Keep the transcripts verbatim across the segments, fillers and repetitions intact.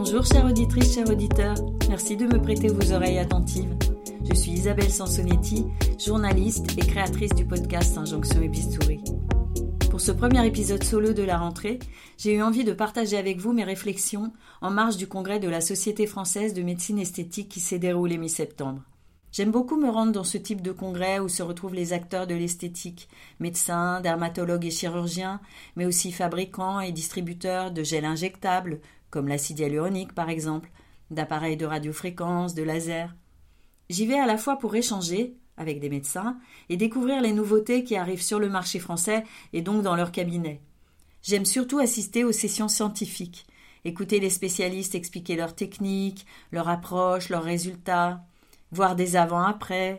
Bonjour chère auditrice, chers auditeurs, merci de me prêter vos oreilles attentives. Je suis Isabelle Sansonetti, journaliste et créatrice du podcast Injonction et Bistouri. Pour ce premier épisode solo de la rentrée, j'ai eu envie de partager avec vous mes réflexions en marge du congrès de la Société française de médecine esthétique qui s'est déroulé mi-septembre. J'aime beaucoup me rendre dans ce type de congrès où se retrouvent les acteurs de l'esthétique, médecins, dermatologues et chirurgiens, mais aussi fabricants et distributeurs de gels injectables, comme l'acide hyaluronique par exemple, d'appareils de radiofréquence, de laser. J'y vais à la fois pour échanger avec des médecins et découvrir les nouveautés qui arrivent sur le marché français et donc dans leur cabinet. J'aime surtout assister aux sessions scientifiques, écouter les spécialistes expliquer leurs techniques, leur approche, leurs résultats, voir des avant-après,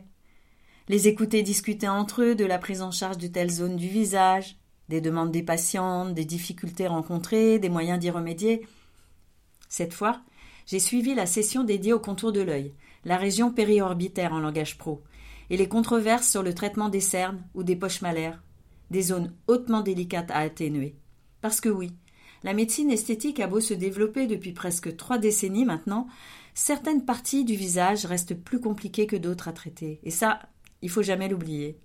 les écouter discuter entre eux de la prise en charge de telles zones du visage, des demandes des patientes, des difficultés rencontrées, des moyens d'y remédier. Cette fois, j'ai suivi la session dédiée au contour de l'œil, la région périorbitaire en langage pro, et les controverses sur le traitement des cernes ou des poches malaires, des zones hautement délicates à atténuer. Parce que oui, la médecine esthétique a beau se développer depuis presque trois décennies maintenant, certaines parties du visage restent plus compliquées que d'autres à traiter. Et ça, il faut jamais l'oublier.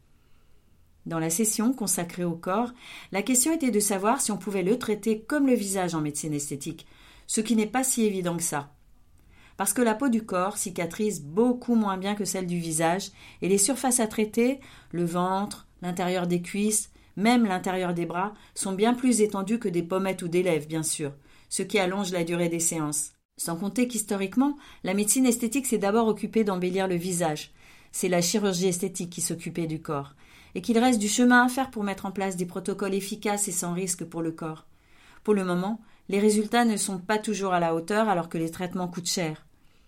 Dans la session consacrée au corps, la question était de savoir si on pouvait le traiter comme le visage en médecine esthétique, ce qui n'est pas si évident que ça. Parce que la peau du corps cicatrise beaucoup moins bien que celle du visage, et les surfaces à traiter, le ventre, l'intérieur des cuisses, même l'intérieur des bras, sont bien plus étendues que des pommettes ou des lèvres, bien sûr, ce qui allonge la durée des séances. Sans compter qu'historiquement, la médecine esthétique s'est d'abord occupée d'embellir le visage. C'est la chirurgie esthétique qui s'occupait du corps. Et qu'il reste du chemin à faire pour mettre en place des protocoles efficaces et sans risque pour le corps. Pour le moment, les résultats ne sont pas toujours à la hauteur alors que les traitements coûtent cher.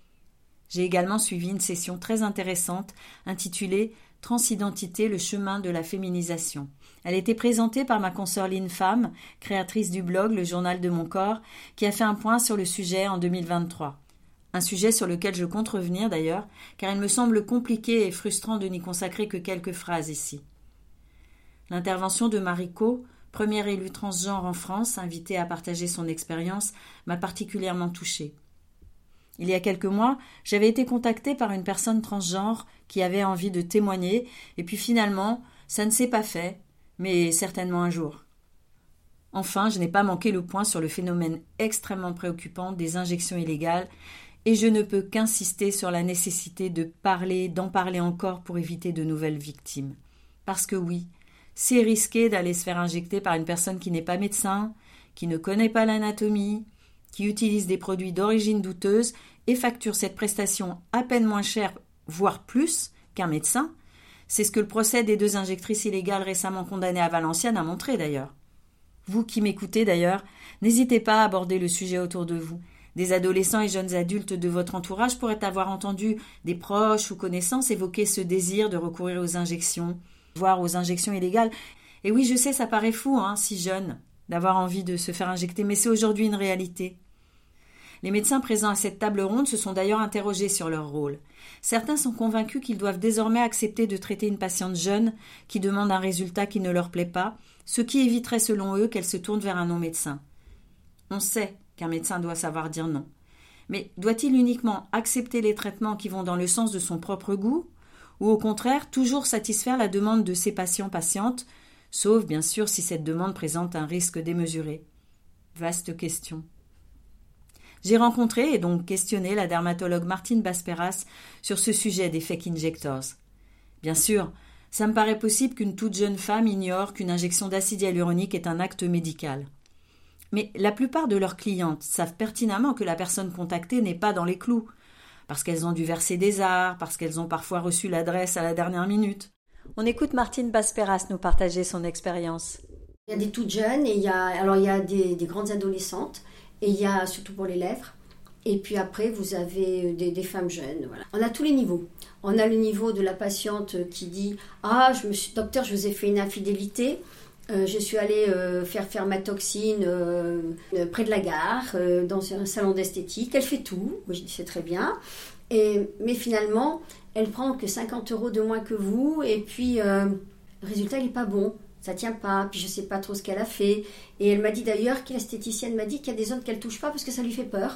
J'ai également suivi une session très intéressante intitulée « Transidentité, le chemin de la féminisation ». Elle était présentée par ma consoeur Lynn Femme, créatrice du blog Le Journal de mon corps, qui a fait un point sur le sujet en deux mille vingt-trois. Un sujet sur lequel je compte revenir d'ailleurs, car il me semble compliqué et frustrant de n'y consacrer que quelques phrases ici. L'intervention de Mariko, première élue transgenre en France, invitée à partager son expérience, m'a particulièrement touchée. Il y a quelques mois, j'avais été contactée par une personne transgenre qui avait envie de témoigner, et puis finalement, ça ne s'est pas fait, mais certainement un jour. Enfin, je n'ai pas manqué le point sur le phénomène extrêmement préoccupant des injections illégales, et je ne peux qu'insister sur la nécessité de parler, d'en parler encore pour éviter de nouvelles victimes. Parce que oui, c'est risqué d'aller se faire injecter par une personne qui n'est pas médecin, qui ne connaît pas l'anatomie, qui utilise des produits d'origine douteuse et facture cette prestation à peine moins chère, voire plus, qu'un médecin. C'est ce que le procès des deux injectrices illégales récemment condamnées à Valenciennes a montré d'ailleurs. Vous qui m'écoutez d'ailleurs, n'hésitez pas à aborder le sujet autour de vous. Des adolescents et jeunes adultes de votre entourage pourraient avoir entendu des proches ou connaissances évoquer ce désir de recourir aux injections, voire aux injections illégales. Et oui, je sais, ça paraît fou, hein, si jeune, d'avoir envie de se faire injecter, mais c'est aujourd'hui une réalité. Les médecins présents à cette table ronde se sont d'ailleurs interrogés sur leur rôle. Certains sont convaincus qu'ils doivent désormais accepter de traiter une patiente jeune qui demande un résultat qui ne leur plaît pas, ce qui éviterait selon eux qu'elle se tourne vers un non-médecin. On sait qu'un médecin doit savoir dire non. Mais doit-il uniquement accepter les traitements qui vont dans le sens de son propre goût, ou au contraire toujours satisfaire la demande de ses patients-patientes, sauf bien sûr si cette demande présente un risque démesuré? Vaste question. J'ai rencontré et donc questionné la dermatologue Martine Basperas sur ce sujet des fake injectors. Bien sûr, ça me paraît possible qu'une toute jeune femme ignore qu'une injection d'acide hyaluronique est un acte médical. Mais la plupart de leurs clientes savent pertinemment que la personne contactée n'est pas dans les clous, parce qu'elles ont dû verser des arts, parce qu'elles ont parfois reçu l'adresse à la dernière minute. On écoute Martine Basperas nous partager son expérience. Il y a des toutes jeunes, et il y a, alors il y a des, des grandes adolescentes, et il y a surtout pour les lèvres. Et puis après, vous avez des, des femmes jeunes. Voilà. On a tous les niveaux. On a le niveau de la patiente qui dit « Ah, je me suis, docteur, je vous ai fait une infidélité. Euh, je suis allée euh, faire faire ma toxine euh, près de la gare, euh, dans un salon d'esthétique. Elle fait tout. » Moi, je dis « C'est très bien. » Et, mais finalement, elle prend que cinquante euros de moins que vous. Et puis, euh, le résultat, il n'est pas bon. Ça tient pas, puis je sais pas trop ce qu'elle a fait. Et elle m'a dit d'ailleurs, que l'esthéticienne m'a dit qu'il y a des zones qu'elle touche pas parce que ça lui fait peur.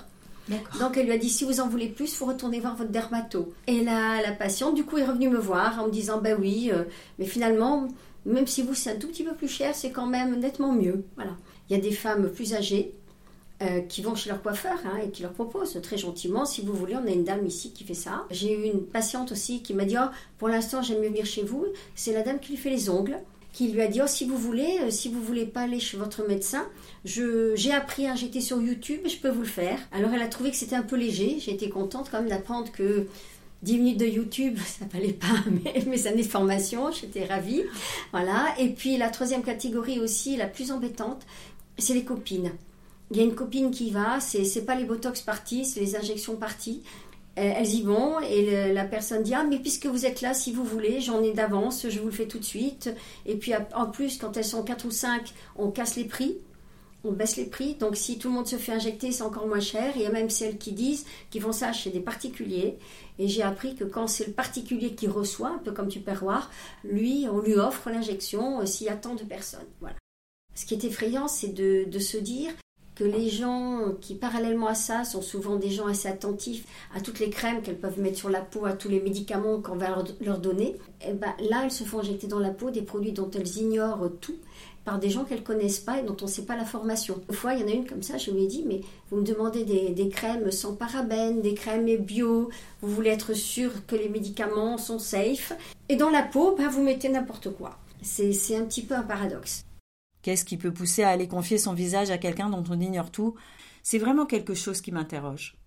D'accord. Donc elle lui a dit, si vous en voulez plus, il faut retourner voir votre dermato. Et la, la patiente, du coup, est revenue me voir en me disant, ben oui, euh, mais finalement, même si vous, c'est un tout petit peu plus cher, c'est quand même nettement mieux. Voilà. Il y a des femmes plus âgées euh, qui vont chez leur coiffeur hein, et qui leur proposent très gentiment, si vous voulez, on a une dame ici qui fait ça. J'ai eu une patiente aussi qui m'a dit, oh, pour l'instant, j'aime mieux venir chez vous. C'est la dame qui lui fait les ongles, qui lui a dit, oh, si vous voulez, euh, si vous voulez pas aller chez votre médecin, je, j'ai appris, hein, j'étais sur YouTube, je peux vous le faire. Alors elle a trouvé que c'était un peu léger, j'ai été contente quand même d'apprendre que dix minutes de YouTube, ça valait pas mes, mes années de formation, j'étais ravie. Voilà. Et puis la troisième catégorie aussi, la plus embêtante, c'est les copines. Il y a une copine qui va, c'est, c'est pas les botox parties, c'est les injections parties. Elles y vont et le, la personne dit « Ah, mais puisque vous êtes là, si vous voulez, j'en ai d'avance, je vous le fais tout de suite. » Et puis en plus, quand elles sont quatre ou cinq, on casse les prix, on baisse les prix. Donc si tout le monde se fait injecter, c'est encore moins cher. Il y a même celles qui disent qu'ils font ça chez des particuliers. Et j'ai appris que quand c'est le particulier qui reçoit, un peu comme du perroir, lui, on lui offre l'injection euh, s'il y a tant de personnes. Voilà. Ce qui est effrayant, c'est de, de se dire que les gens qui, parallèlement à ça, sont souvent des gens assez attentifs à toutes les crèmes qu'elles peuvent mettre sur la peau, à tous les médicaments qu'on va leur, leur donner, et ben là, elles se font injecter dans la peau des produits dont elles ignorent tout, par des gens qu'elles ne connaissent pas et dont on ne sait pas la formation. Une fois, il y en a une comme ça, je lui ai dit, mais vous me demandez des, des crèmes sans parabènes, des crèmes bio, vous voulez être sûr que les médicaments sont safe, et dans la peau, ben, vous mettez n'importe quoi. C'est, c'est un petit peu un paradoxe. Qu'est-ce qui peut pousser à aller confier son visage à quelqu'un dont on ignore tout ? C'est vraiment quelque chose qui m'interroge.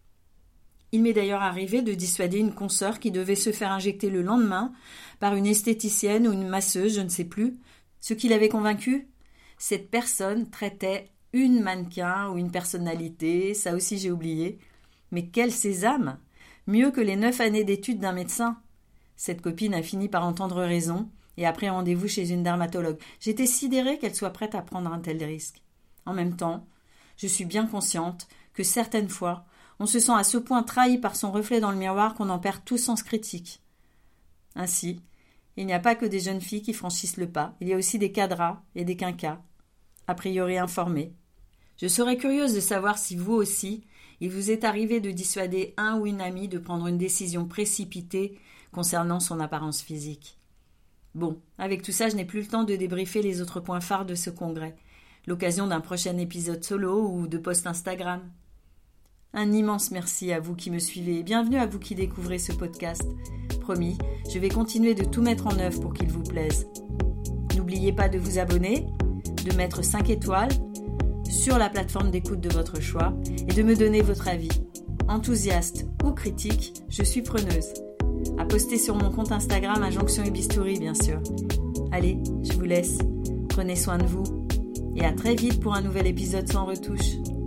Il m'est d'ailleurs arrivé de dissuader une consoeur qui devait se faire injecter le lendemain par une esthéticienne ou une masseuse, je ne sais plus. Ce qui l'avait convaincue ? Cette personne traitait une mannequin ou une personnalité, ça aussi j'ai oublié. Mais quel sésame ! Mieux que les neuf années d'études d'un médecin. Cette copine a fini par entendre raison et a pris rendez-vous chez une dermatologue. J'étais sidérée qu'elle soit prête à prendre un tel risque. En même temps, je suis bien consciente que certaines fois, on se sent à ce point trahi par son reflet dans le miroir qu'on en perd tout sens critique. Ainsi, il n'y a pas que des jeunes filles qui franchissent le pas, il y a aussi des cadras et des quinquas, a priori informés. Je serais curieuse de savoir si vous aussi, il vous est arrivé de dissuader un ou une amie de prendre une décision précipitée concernant son apparence physique. Bon, avec tout ça, je n'ai plus le temps de débriefer les autres points phares de ce congrès, l'occasion d'un prochain épisode solo ou de post Instagram. Un immense merci à vous qui me suivez et bienvenue à vous qui découvrez ce podcast. Promis, je vais continuer de tout mettre en œuvre pour qu'il vous plaise. N'oubliez pas de vous abonner, de mettre cinq étoiles sur la plateforme d'écoute de votre choix et de me donner votre avis. Enthousiaste ou critique, je suis preneuse. À poster sur mon compte Instagram à Jonction et Bistouri, bien sûr. Allez, je vous laisse. Prenez soin de vous. Et à très vite pour un nouvel épisode sans retouche.